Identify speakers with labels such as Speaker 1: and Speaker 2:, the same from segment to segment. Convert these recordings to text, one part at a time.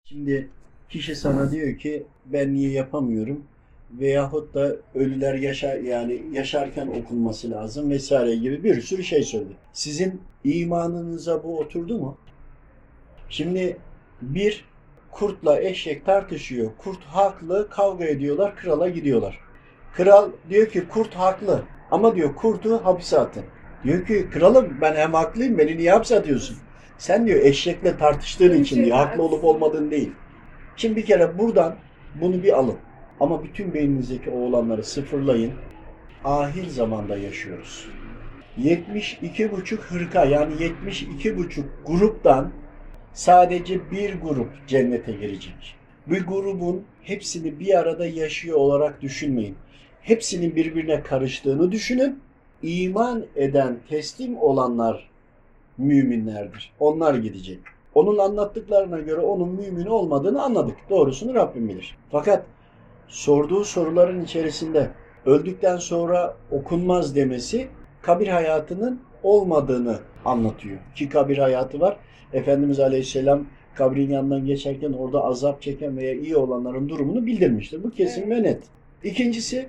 Speaker 1: Şimdi kişi sana diyor ki ben niye yapamıyorum veyahut da ölüler yani yaşarken okunması lazım vesaire gibi bir sürü şey söyledi. Sizin imanınıza bu oturdu mu? Şimdi bir kurtla eşek tartışıyor. Kurt haklı, kavga ediyorlar, krala gidiyorlar. Kral diyor ki kurt haklı ama diyor kurtu hapse atın. Diyor ki kralım ben hem haklıyım beni niye hapse atıyorsun? Sen diyor eşekle tartıştığın için diyor haklı olup olmadığın değil. Şimdi bir kere buradan bunu bir alın. Ama bütün beyninizdeki o olanları sıfırlayın. Ahir zamanda yaşıyoruz. 72,5 hırka yani 72,5 gruptan sadece bir grup cennete girecek. Bu grubun hepsini bir arada yaşıyor olarak düşünmeyin. Hepsinin birbirine karıştığını düşünün. İman eden, teslim olanlar müminlerdir. Onlar gidecek. Onun anlattıklarına göre onun mümin olmadığını anladık. Doğrusunu Rabbim bilir. Fakat sorduğu soruların içerisinde öldükten sonra okunmaz demesi kabir hayatının olmadığını anlatıyor. Ki kabir hayatı var. Efendimiz Aleyhisselam kabrin yanından geçerken orada azap çeken veya iyi olanların durumunu bildirmiştir. Bu kesin ve net. İkincisi,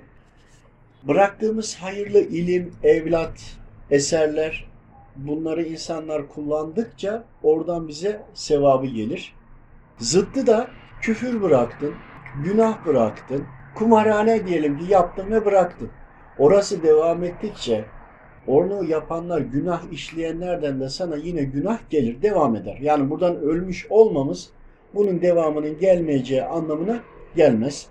Speaker 1: bıraktığımız hayırlı ilim, evlat, eserler, bunları insanlar kullandıkça oradan bize sevabı gelir. Zıttı da küfür bıraktın, günah bıraktın, kumarhane diyelim ki yaptın ve bıraktın. Orası devam ettikçe onu yapanlar, günah işleyenlerden de sana yine günah gelir, devam eder. Yani buradan ölmüş olmamız bunun devamının gelmeyeceği anlamına gelmez.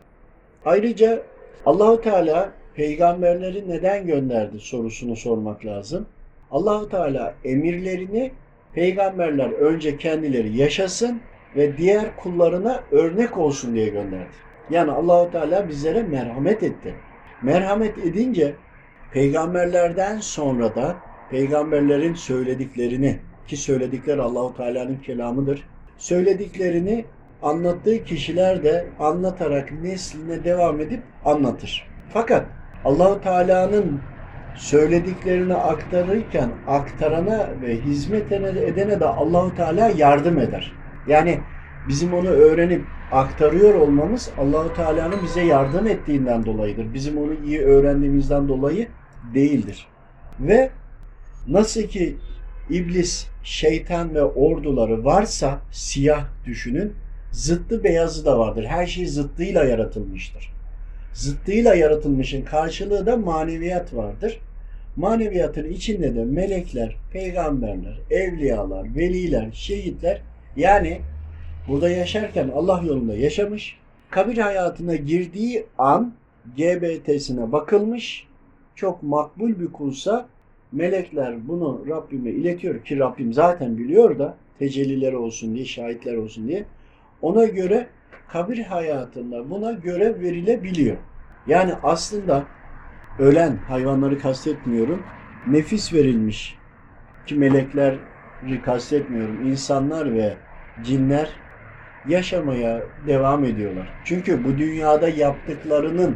Speaker 1: Ayrıca Allahu Teala peygamberleri neden gönderdi sorusunu sormak lazım. Allahu Teala emirlerini peygamberler önce kendileri yaşasın ve diğer kullarına örnek olsun diye gönderdi. Yani Allahu Teala bizlere merhamet etti. Merhamet edince peygamberlerden sonra da peygamberlerin söylediklerini, ki söyledikleri Allahu Teala'nın kelamıdır, söylediklerini anlattığı kişiler de anlatarak nesline devam edip anlatır. Fakat Allahu Teala'nın söylediklerini aktarırken aktarana ve hizmet edene de Allahu Teala yardım eder. Yani bizim onu öğrenip aktarıyor olmamız Allahu Teala'nın bize yardım ettiğinden dolayıdır. Bizim onu iyi öğrendiğimizden dolayı değildir. Ve nasıl ki iblis, şeytan ve orduları varsa siyah düşünün, zıttı beyazı da vardır. Her şey zıttıyla yaratılmıştır. Zıttıyla yaratılmışın karşılığı da maneviyat vardır. Maneviyatın içinde de melekler, peygamberler, evliyalar, veliler, şehitler, yani burada yaşarken Allah yolunda yaşamış, kabir hayatına girdiği an GBT'sine bakılmış, çok makbul bir kulsa melekler bunu Rabbime iletiyor ki Rabbim zaten biliyor da tecellileri olsun diye, şahitler olsun diye ona göre kabir hayatında buna görev verilebiliyor. Yani aslında ölen, hayvanları kastetmiyorum, nefis verilmiş ki melekleri kastetmiyorum, insanlar ve cinler yaşamaya devam ediyorlar. Çünkü bu dünyada yaptıklarının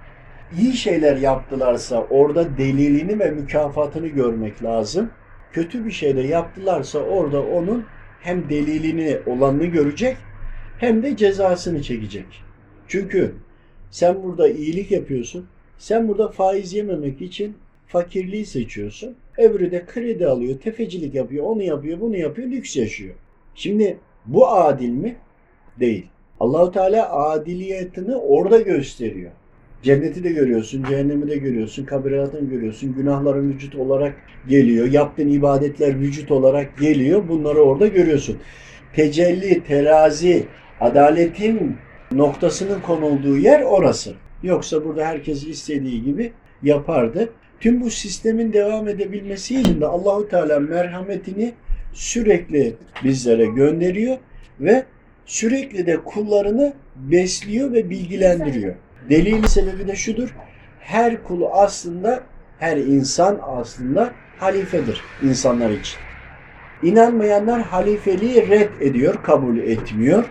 Speaker 1: iyi şeyler yaptılarsa orada delilini ve mükafatını görmek lazım. Kötü bir şey de yaptılarsa orada onun hem delilini olanını görecek hem de cezasını çekecek. Çünkü sen burada iyilik yapıyorsun. Sen burada faiz yememek için fakirliği seçiyorsun. Öbürü de kredi alıyor, tefecilik yapıyor, onu yapıyor, bunu yapıyor, lüks yaşıyor. Şimdi bu adil mi? Değil. Allahu Teala adiliyetini orada gösteriyor. Cenneti de görüyorsun, cehennemi de görüyorsun, kabir hayatını görüyorsun, günahların vücut olarak geliyor, yaptığın ibadetler vücut olarak geliyor, bunları orada görüyorsun. Tecelli, terazi, adaletin noktasının konulduğu yer orası. Yoksa burada herkes istediği gibi yapardı. Tüm bu sistemin devam edebilmesi için de Allahu Teala merhametini sürekli bizlere gönderiyor ve sürekli de kullarını besliyor ve bilgilendiriyor. Delilin sebebi de şudur. Her kul aslında, her insan aslında halifedir insanlar için. İnanmayanlar halifeliği red ediyor, kabul etmiyor.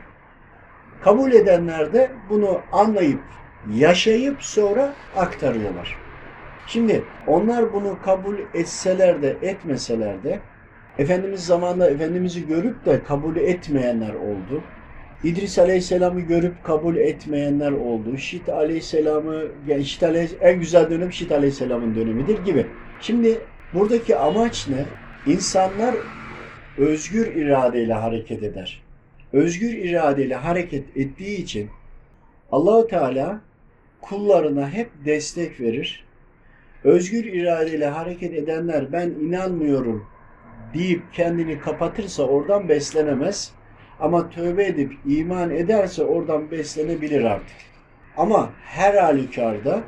Speaker 1: Kabul edenler de bunu anlayıp, yaşayıp sonra aktarıyorlar. Şimdi onlar bunu kabul etseler de etmeseler de Efendimiz zamanında Efendimiz'i görüp de kabul etmeyenler oldu. İdris Aleyhisselam'ı görüp kabul etmeyenler oldu. Şit Aleyhisselam'ı, yani en güzel dönem Şit Aleyhisselam'ın dönemidir gibi. Şimdi buradaki amaç ne? İnsanlar özgür iradeyle hareket eder. Özgür iradeyle hareket ettiği için Allahu Teala kullarına hep destek verir. Özgür iradeyle hareket edenler ben inanmıyorum deyip kendini kapatırsa oradan beslenemez. Ama tövbe edip iman ederse oradan beslenebilir artık. Ama her halükarda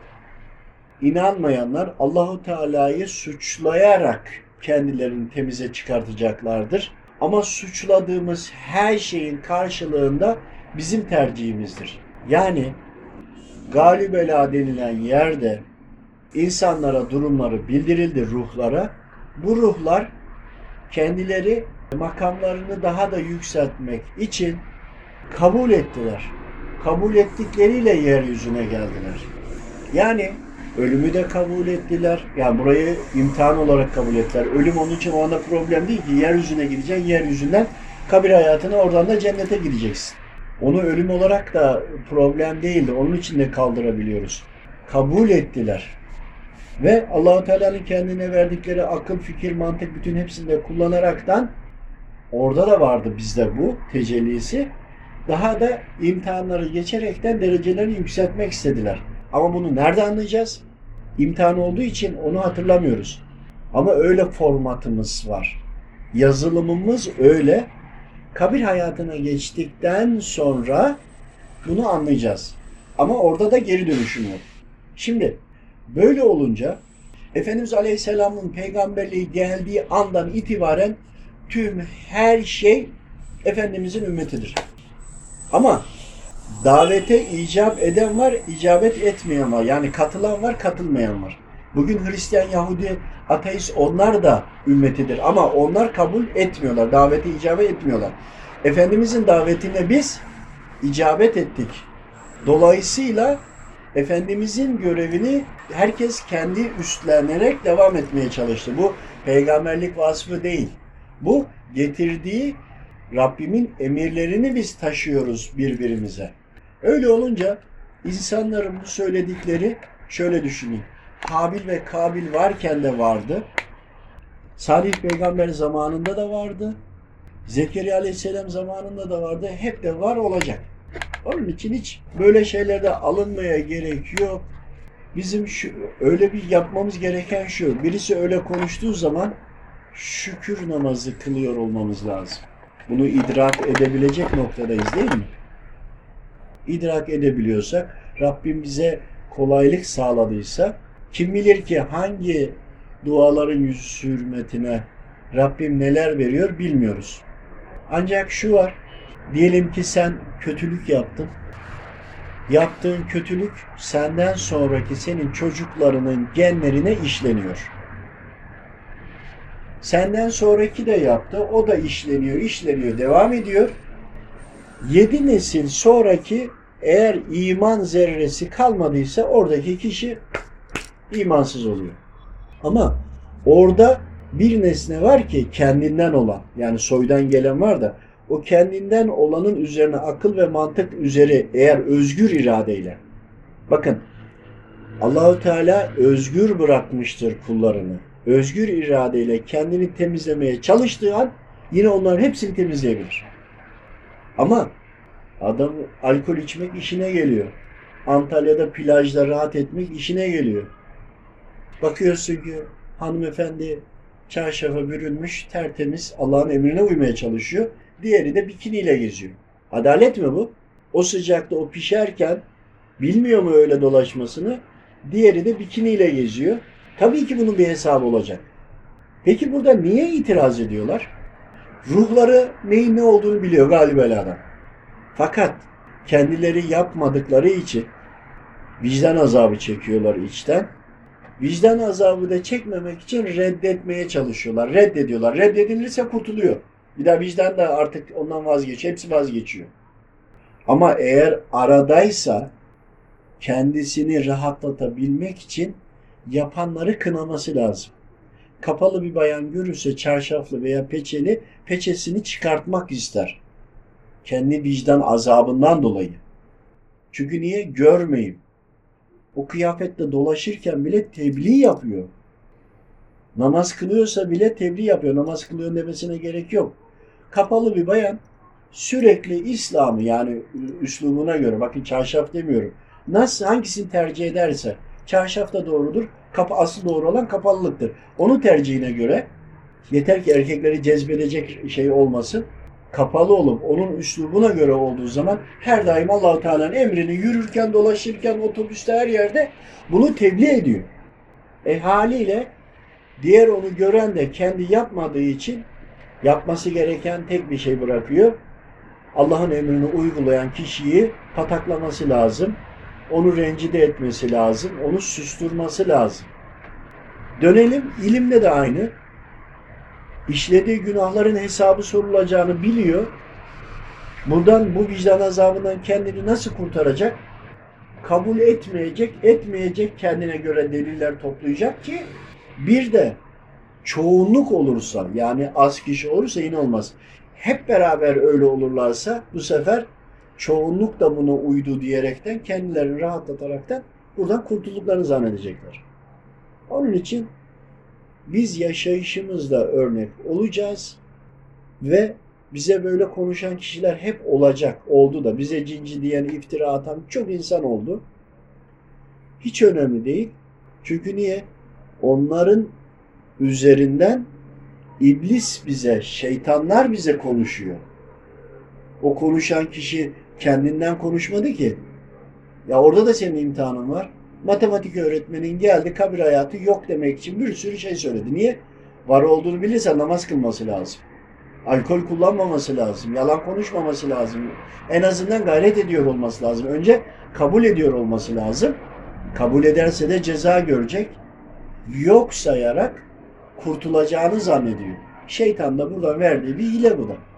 Speaker 1: inanmayanlar Allahu Teala'yı suçlayarak kendilerini temize çıkartacaklardır. Ama suçladığımız her şeyin karşılığında bizim tercihimizdir. Yani Galibela denilen yerde insanlara durumları bildirildi, ruhlara. Bu ruhlar kendileri makamlarını daha da yükseltmek için kabul ettiler. Kabul ettikleriyle yeryüzüne geldiler. Yani ölümü de kabul ettiler. Yani burayı imtihan olarak kabul ettiler. Ölüm onun için o anda problem değil ki. Yeryüzüne gideceksin, yeryüzünden kabir hayatına, oradan da cennete gideceksin. Onu ölüm olarak da problem değildi. Onun için de kaldırabiliyoruz. Kabul ettiler. Ve Allah-u Teala'nın kendine verdikleri akıl, fikir, mantık bütün hepsini de kullanaraktan orada da vardı bizde bu tecellisi. Daha da imtihanları geçerekten derecelerini yükseltmek istediler. Ama bunu nerede anlayacağız? İmtihan olduğu için onu hatırlamıyoruz. Ama öyle formatımız var. Yazılımımız öyle. Kabir hayatına geçtikten sonra bunu anlayacağız. Ama orada da geri dönüşüm yok. Şimdi böyle olunca Efendimiz Aleyhisselam'ın peygamberliği geldiği andan itibaren tüm her şey Efendimizin ümmetidir. Ama davete icap eden var, icabet etmeyen var. Yani katılan var, katılmayan var. Bugün Hristiyan, Yahudi, ateist onlar da ümmetidir. Ama onlar kabul etmiyorlar, davete icabet etmiyorlar. Efendimizin davetine biz icabet ettik. Dolayısıyla Efendimizin görevini herkes kendi üstlenerek devam etmeye çalıştı. Bu peygamberlik vasfı değil. Bu getirdiği Rabbimin emirlerini biz taşıyoruz birbirimize. Öyle olunca insanların bu söyledikleri şöyle düşünün. Habil ve Kabil varken de vardı. Salih peygamber zamanında da vardı. Zekeriya aleyhisselam zamanında da vardı. Hep de var olacak. Onun için hiç böyle şeylerde alınmaya gerek yok. Bizim öyle bir yapmamız gereken şu. Birisi öyle konuştuğu zaman şükür namazı kılıyor olmamız lazım. Bunu idrak edebilecek noktadayız değil mi? İdrak edebiliyorsak, Rabbim bize kolaylık sağladıysa, kim bilir ki hangi duaların yüz hürmetine Rabbim neler veriyor bilmiyoruz. Ancak şu var, diyelim ki sen kötülük yaptın. Yaptığın kötülük senden sonraki senin çocuklarının genlerine işleniyor. Senden sonraki de yaptı, o da işleniyor, devam ediyor. 7 nesil sonraki eğer iman zerresi kalmadıysa oradaki kişi imansız oluyor. Ama orada bir nesne var ki kendinden olan, yani soydan gelen var da o kendinden olanın üzerine akıl ve mantık üzeri eğer özgür iradeyle, bakın Allahu Teala özgür bırakmıştır kullarını. Özgür iradeyle kendini temizlemeye çalıştığı an yine onların hepsini temizleyebilir. Ama adam alkol içmek işine geliyor. Antalya'da plajda rahat etmek işine geliyor. Bakıyorsun ki hanımefendi çarşafa bürünmüş, tertemiz, Allah'ın emrine uymaya çalışıyor. Diğeri de bikiniyle geziyor. Adalet mi bu? O sıcakta o pişerken bilmiyor mu öyle dolaşmasını? Diğeri de bikiniyle geziyor. Tabii ki bunun bir hesabı olacak. Peki burada niye itiraz ediyorlar? Ruhları neyin ne olduğunu biliyor galibela'dan. Fakat kendileri yapmadıkları için vicdan azabı çekiyorlar içten. Vicdan azabı da çekmemek için reddetmeye çalışıyorlar. Reddediyorlar. Reddedilirse kurtuluyor. Bir daha vicdan da artık ondan vazgeçiyor. Hepsi vazgeçiyor. Ama eğer aradaysa kendisini rahatlatabilmek için yapanları kınaması lazım. Kapalı bir bayan görürse çarşaflı veya peçeli, peçesini çıkartmak ister. Kendi vicdan azabından dolayı. Çünkü niye? Görmeyip. O kıyafetle dolaşırken bile tebliğ yapıyor. Namaz kılıyorsa bile tebliğ yapıyor. Namaz kılıyor demesine gerek yok. Kapalı bir bayan sürekli İslam'ı, yani üslubuna göre, bakın çarşaf demiyorum. Nasıl, hangisini tercih ederse, çarşaf da doğrudur. Asıl doğru olan kapalılıktır. Onun tercihine göre, yeter ki erkekleri cezbedecek şey olmasın. Kapalı olup onun üslubuna göre olduğu zaman her daim Allah-u Teala'nın emrini yürürken, dolaşırken, otobüste, her yerde bunu tebliğ ediyor. Haliyle diğer onu gören de kendi yapmadığı için yapması gereken tek bir şey bırakıyor. Allah'ın emrini uygulayan kişiyi pataklaması lazım. Onu rencide etmesi lazım. Onu susturması lazım. Dönelim, ilimde de aynı. İşlediği günahların hesabı sorulacağını biliyor. Buradan, bu vicdan azabından kendini nasıl kurtaracak? Kabul etmeyecek kendine göre deliller toplayacak ki bir de çoğunluk olursa, yani az kişi olursa yine olmaz. Hep beraber öyle olurlarsa bu sefer çoğunluk da buna uydu diyerekten kendilerini rahatlataraktan buradan kurtulduklarını zannedecekler. Onun için biz yaşayışımızla örnek olacağız ve bize böyle konuşan kişiler hep olacak. Oldu da bize cinci diyen, iftira atan çok insan oldu. Hiç önemli değil. Çünkü niye? Onların üzerinden iblis bize, şeytanlar bize konuşuyor. O konuşan kişi kendinden konuşmadı ki. Ya orada da senin imtihanın var. Matematik öğretmenin geldi, kabir hayatı yok demek için bir sürü şey söyledi. Niye? Var olduğunu bilirse namaz kılması lazım. Alkol kullanmaması lazım. Yalan konuşmaması lazım. En azından gayret ediyor olması lazım. Önce kabul ediyor olması lazım. Kabul ederse de ceza görecek. Yok sayarak kurtulacağını zannediyor. Şeytan da buradan verdiği bir hile bu da.